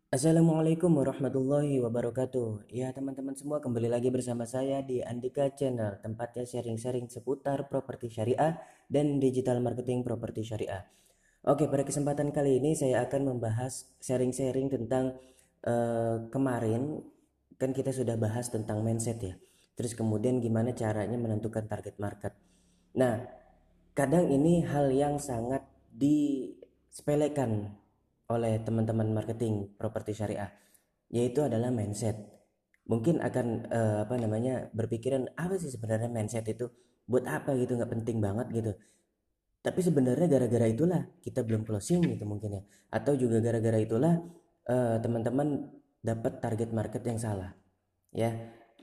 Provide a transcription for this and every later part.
Assalamualaikum warahmatullahi wabarakatuh. Ya teman-teman semua, kembali lagi bersama saya di Andika Channel, tempatnya sharing-sharing seputar properti syariah dan digital marketing properti syariah. Oke, pada kesempatan kali ini saya akan membahas sharing-sharing tentang kemarin kan kita sudah bahas tentang mindset ya. Terus kemudian gimana caranya menentukan target market. Nah, kadang ini hal yang sangat disepelekan oleh teman-teman marketing properti syariah, yaitu adalah mindset. Mungkin akan berpikiran apa sih sebenarnya mindset itu, buat apa gitu, nggak penting banget gitu. Tapi sebenarnya gara-gara itulah kita belum closing gitu mungkin ya, atau juga gara-gara itulah teman-teman dapat target market yang salah ya.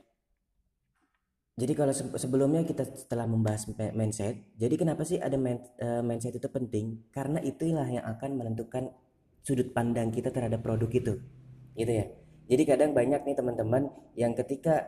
Jadi kalau sebelumnya kita setelah membahas mindset, jadi kenapa sih ada mindset itu penting? Karena itulah yang akan menentukan sudut pandang kita terhadap produk itu, gitu ya. Jadi kadang banyak nih teman-teman yang ketika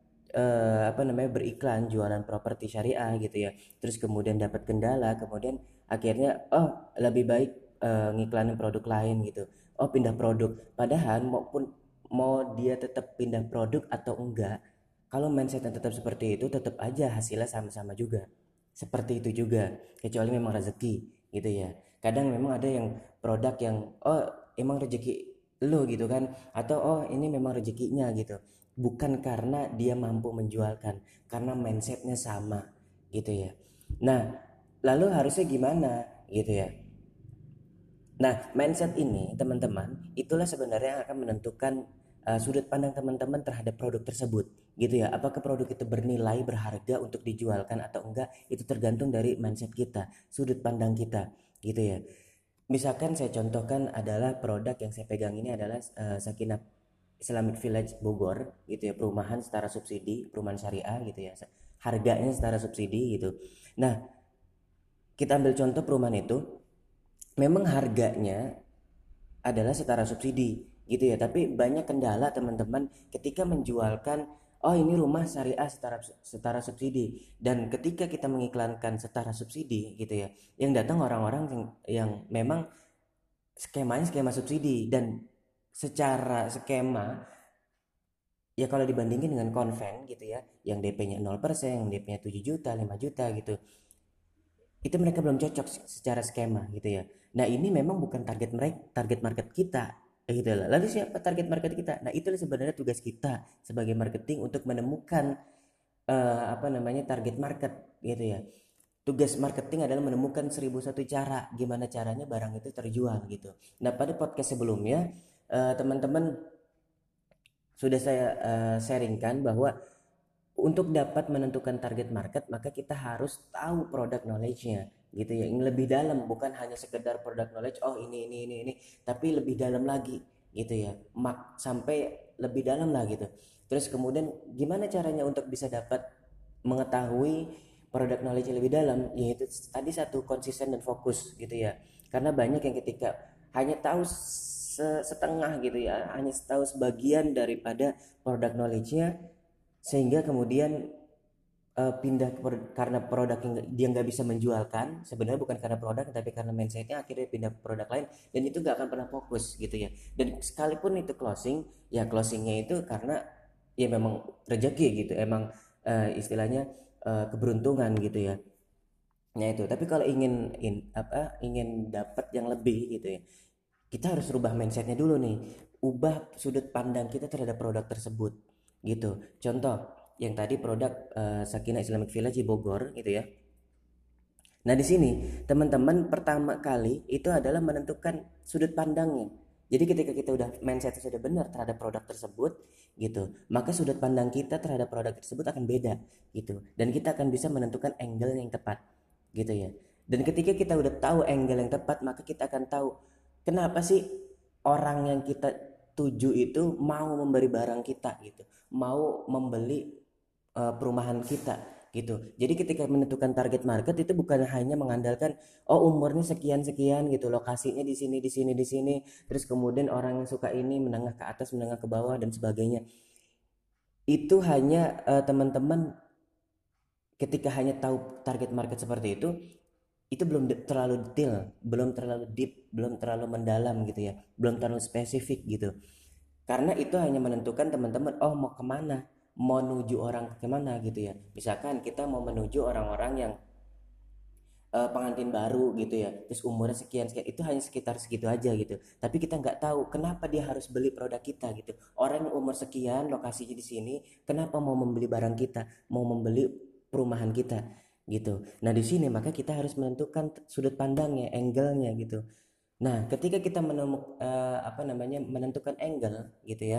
beriklan jualan properti syariah gitu ya, terus kemudian dapat kendala, kemudian akhirnya lebih baik ngiklanin produk lain gitu. Oh, pindah produk. Padahal maupun mau dia tetap pindah produk atau enggak, kalau mindsetnya tetap seperti itu, tetap aja hasilnya sama-sama juga. Seperti itu juga, kecuali memang rezeki gitu ya. Kadang memang ada yang produk yang emang rezeki lo gitu kan, atau ini memang rezekinya gitu. Bukan karena dia mampu menjualkan, karena mindsetnya sama gitu ya. Nah, lalu harusnya gimana gitu ya? Nah, mindset ini teman-teman, itulah sebenarnya yang akan menentukan sudut pandang teman-teman terhadap produk tersebut, gitu ya. Apakah produk itu bernilai, berharga untuk dijualkan atau enggak, itu tergantung dari mindset kita, sudut pandang kita, gitu ya. Misalkan saya contohkan adalah produk yang saya pegang ini adalah Sakinah Islamic Village Bogor, gitu ya, perumahan setara subsidi, perumahan syariah gitu ya. Harganya setara subsidi gitu. Nah, kita ambil contoh perumahan itu, memang harganya adalah setara subsidi gitu ya, tapi banyak kendala teman-teman ketika menjualkan oh ini rumah syariah setara setara subsidi, dan ketika kita mengiklankan setara subsidi gitu ya, yang datang orang-orang yang memang skemanya skema subsidi, dan secara skema ya kalau dibandingin dengan konven gitu ya, yang DP-nya 0%, yang DP-nya 7 juta 5 juta gitu, itu mereka belum cocok secara skema gitu ya. Nah ini memang bukan target mereka, target market kita gitu lah. Lalu siapa target market kita? Nah itulah sebenarnya tugas kita sebagai marketing untuk menemukan target market gitu ya. Tugas marketing adalah menemukan 1001 cara gimana caranya barang itu terjual gitu. Nah pada podcast sebelumnya teman-teman sudah saya sharingkan bahwa untuk dapat menentukan target market, maka kita harus tahu produk knowledge-nya gitu ya, yang lebih dalam, bukan hanya sekedar produk knowledge, oh ini, tapi lebih dalam lagi gitu ya, sampai lebih dalam lah gitu. Terus kemudian gimana caranya untuk bisa dapat mengetahui produk knowledge yang lebih dalam, yaitu tadi satu, konsisten dan fokus gitu ya. Karena banyak yang ketika hanya tahu setengah gitu ya, hanya tahu sebagian daripada produk knowledge-nya, sehingga kemudian pindah karena produk yang dia nggak bisa menjualkan, sebenarnya bukan karena produk tapi karena mindsetnya, akhirnya pindah ke produk lain, dan itu nggak akan pernah fokus gitu ya. Dan sekalipun itu closing, ya closingnya itu karena ya memang rezeki gitu, emang istilahnya keberuntungan gitu ya. Nah itu, tapi kalau ingin dapat yang lebih gitu ya, kita harus rubah mindsetnya dulu nih, ubah sudut pandang kita terhadap produk tersebut gitu. Contoh yang tadi produk Sakinah Islamic Village di Bogor gitu ya. Nah di sini teman-teman pertama kali itu adalah menentukan sudut pandangnya. Jadi ketika kita udah mindset sudah benar terhadap produk tersebut gitu, maka sudut pandang kita terhadap produk tersebut akan beda gitu, dan kita akan bisa menentukan angle yang tepat gitu ya. Dan ketika kita udah tahu angle yang tepat, maka kita akan tahu kenapa sih orang yang kita tuju itu mau memberi barang kita gitu, mau membeli perumahan kita gitu. Jadi ketika menentukan target market itu bukan hanya mengandalkan oh umurnya sekian sekian gitu, lokasinya di sini di sini di sini, terus kemudian orang yang suka ini menengah ke atas, menengah ke bawah dan sebagainya. Itu hanya teman-teman ketika hanya tahu target market seperti itu, itu belum terlalu detail, belum terlalu deep, belum terlalu mendalam gitu ya, belum terlalu spesifik gitu. Karena itu hanya menentukan teman-teman mau kemana, mau menuju orang kemana gitu ya. Misalkan kita mau menuju orang-orang yang pengantin baru gitu ya, terus umurnya sekian sekian, itu hanya sekitar segitu aja gitu, tapi kita nggak tahu kenapa dia harus beli produk kita gitu. Orang yang umur sekian, lokasinya di sini, kenapa mau membeli barang kita, mau membeli perumahan kita gitu. Nah di sini maka kita harus menentukan sudut pandangnya, angle-nya gitu. Nah ketika kita menentukan angle gitu ya,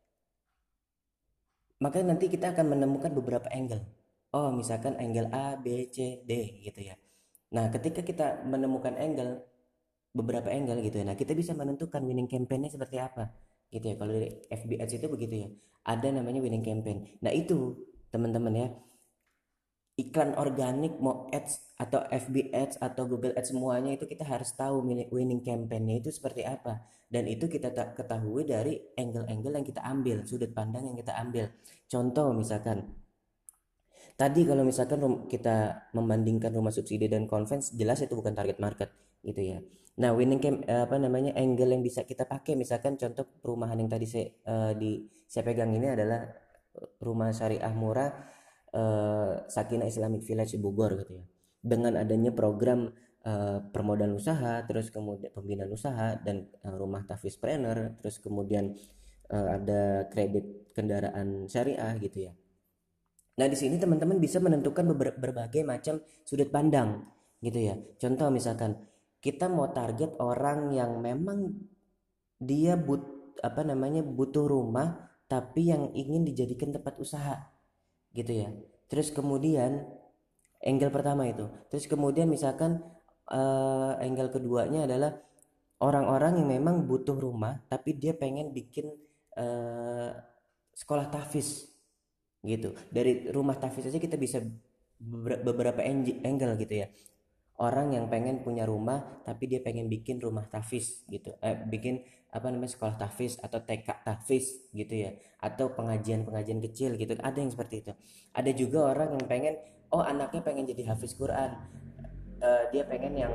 maka nanti kita akan menemukan beberapa angle. Misalkan angle A, B, C, D gitu ya. Nah, ketika kita menemukan beberapa angle gitu ya, nah kita bisa menentukan winning campaign-nya seperti apa gitu ya. Kalau dari FB Ads itu begitu ya, ada namanya winning campaign. Nah itu teman-teman ya, iklan organik mau ads atau FB Ads atau Google Ads, semuanya itu kita harus tahu winning campaign-nya itu seperti apa, dan itu kita ketahui dari angle-angle yang kita ambil, sudut pandang yang kita ambil. Contoh misalkan tadi, kalau misalkan kita membandingkan rumah subsidi dan convents, jelas itu bukan target market gitu ya. Nah, angle yang bisa kita pakai, misalkan contoh perumahan yang tadi saya pegang ini adalah rumah syariah murah Sakinah Islamic Village Bogor gitu ya. Dengan adanya program permodalan usaha, terus kemudian pembinaan usaha dan rumah tahfiz planner, terus kemudian ada kredit kendaraan syariah gitu ya. Nah, di sini teman-teman bisa menentukan berbagai macam sudut pandang gitu ya. Contoh misalkan kita mau target orang yang memang dia butuh rumah tapi yang ingin dijadikan tempat usaha gitu ya. Terus kemudian angle pertama itu. Terus kemudian misalkan angle keduanya adalah orang-orang yang memang butuh rumah tapi dia pengen bikin eh, sekolah tahfiz gitu. Dari rumah tahfiz aja kita bisa beberapa angle gitu ya. Orang yang pengen punya rumah tapi dia pengen bikin rumah tahfiz gitu, bikin sekolah tahfiz atau TK tahfiz gitu ya, atau pengajian-pengajian kecil gitu, ada yang seperti itu. Ada juga orang yang pengen, anaknya pengen jadi hafiz Quran. Dia pengen yang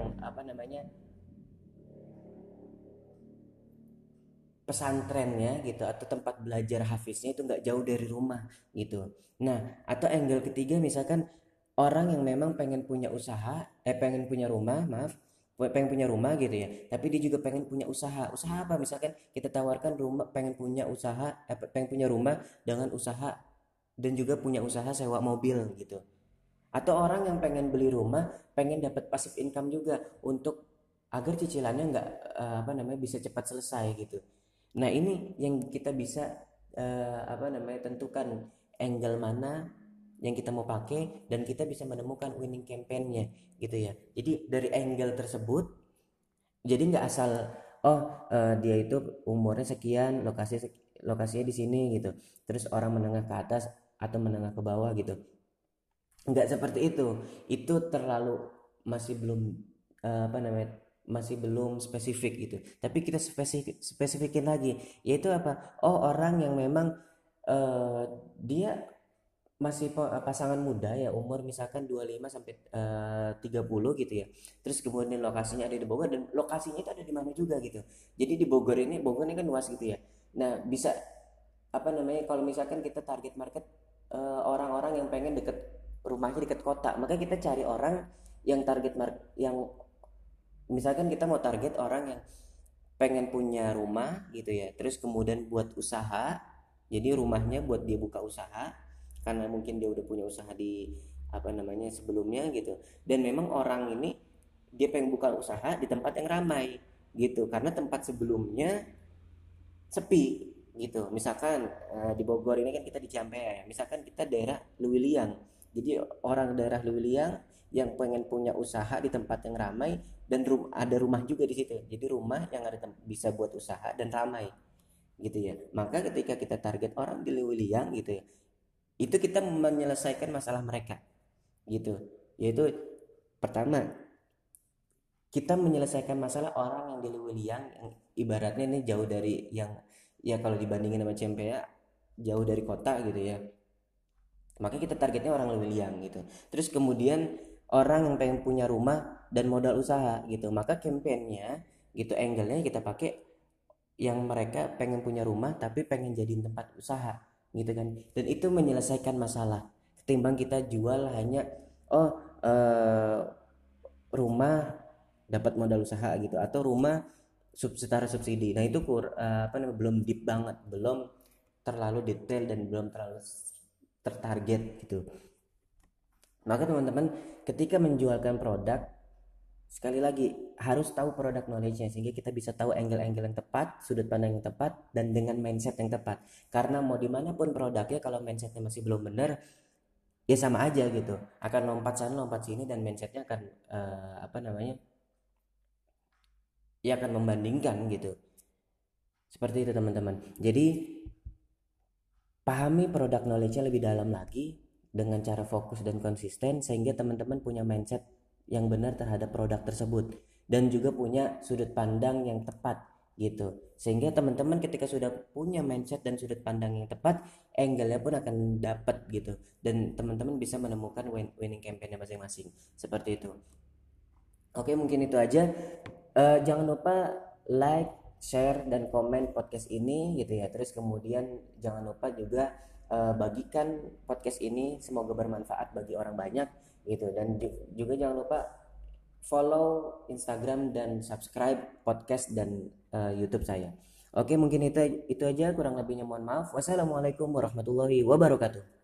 pesantrennya gitu atau tempat belajar hafiznya itu nggak jauh dari rumah gitu. Nah, atau angle ketiga misalkan orang yang memang pengen punya usaha, pengen punya rumah, maaf, pengen punya rumah gitu ya. Tapi dia juga pengen punya usaha. Usaha apa? Misalkan kita tawarkan rumah, pengen punya usaha, pengen punya rumah dengan usaha dan juga punya usaha sewa mobil gitu. Atau orang yang pengen beli rumah, pengen dapat passive income juga untuk agar cicilannya nggak bisa cepat selesai gitu. Nah, ini yang kita bisa tentukan angle mana yang kita mau pakai, dan kita bisa menemukan winning campaign-nya gitu ya. Jadi dari angle tersebut, jadi nggak asal dia itu umurnya sekian, lokasinya di sini gitu. Terus orang menengah ke atas atau menengah ke bawah gitu. Nggak seperti itu terlalu masih belum masih belum spesifik gitu. Tapi kita spesifikin lagi, yaitu apa, orang yang memang eh, dia masih pasangan muda ya, umur misalkan 25 sampai 30 gitu ya. Terus kemudian lokasinya ada di Bogor, dan lokasinya itu ada di mana juga gitu. Jadi di Bogor ini kan luas gitu ya. Nah, bisa kalau misalkan kita target market orang-orang yang pengen deket rumahnya, deket kota, maka kita cari orang yang target market yang, misalkan kita mau target orang yang pengen punya rumah gitu ya, terus kemudian buat usaha, jadi rumahnya buat dia buka usaha karena mungkin dia udah punya usaha di sebelumnya gitu, dan memang orang ini dia pengen buka usaha di tempat yang ramai gitu, karena tempat sebelumnya sepi gitu. Misalkan di Bogor ini kan kita di Ciampea ya, misalkan kita daerah Lewiliang, jadi orang daerah Lewiliang yang pengen punya usaha di tempat yang ramai dan ada rumah juga di situ, jadi rumah yang ada bisa buat usaha dan ramai gitu ya. Maka ketika kita target orang di Lewiliang gitu ya, itu kita menyelesaikan masalah mereka gitu. Yaitu pertama, kita menyelesaikan masalah orang yang di Lewiliang, yang ibaratnya ini jauh dari yang, ya kalau dibandingin sama Cempea jauh dari kota gitu ya, maka kita targetnya orang Lewiliang gitu. Terus kemudian orang yang pengen punya rumah dan modal usaha gitu. Maka campaignnya gitu, angle-nya kita pakai yang mereka pengen punya rumah tapi pengen jadiin tempat usaha gitu kan, dan itu menyelesaikan masalah ketimbang kita jual hanya oh eh, rumah dapat modal usaha gitu, atau rumah setara subsidi. Nah itu apa namanya, belum deep banget, belum terlalu detail dan belum terlalu tertarget gitu. Maka teman-teman ketika menjualkan produk, sekali lagi harus tahu produk knowledge-nya sehingga kita bisa tahu angle-angle yang tepat, sudut pandang yang tepat, dan dengan mindset yang tepat. Karena mau dimanapun produknya kalau mindsetnya masih belum benar, ya sama aja gitu, akan lompat sana lompat sini dan mindsetnya akan apa namanya, ya akan membandingkan gitu. Seperti itu teman-teman. Jadi pahami produk knowledge-nya lebih dalam lagi dengan cara fokus dan konsisten sehingga teman-teman punya mindset yang benar terhadap produk tersebut dan juga punya sudut pandang yang tepat gitu. Sehingga teman-teman ketika sudah punya mindset dan sudut pandang yang tepat, angle-nya pun akan dapat gitu. Dan teman-teman bisa menemukan winning campaign-nya masing-masing. Seperti itu. Oke, mungkin itu aja. Jangan lupa like, share, dan komen podcast ini gitu ya. Terus kemudian jangan lupa juga bagikan podcast ini, semoga bermanfaat bagi orang banyak gitu. Dan juga jangan lupa follow Instagram dan subscribe podcast dan YouTube saya. Oke, mungkin itu aja, kurang lebihnya mohon maaf. Wassalamualaikum warahmatullahi wabarakatuh.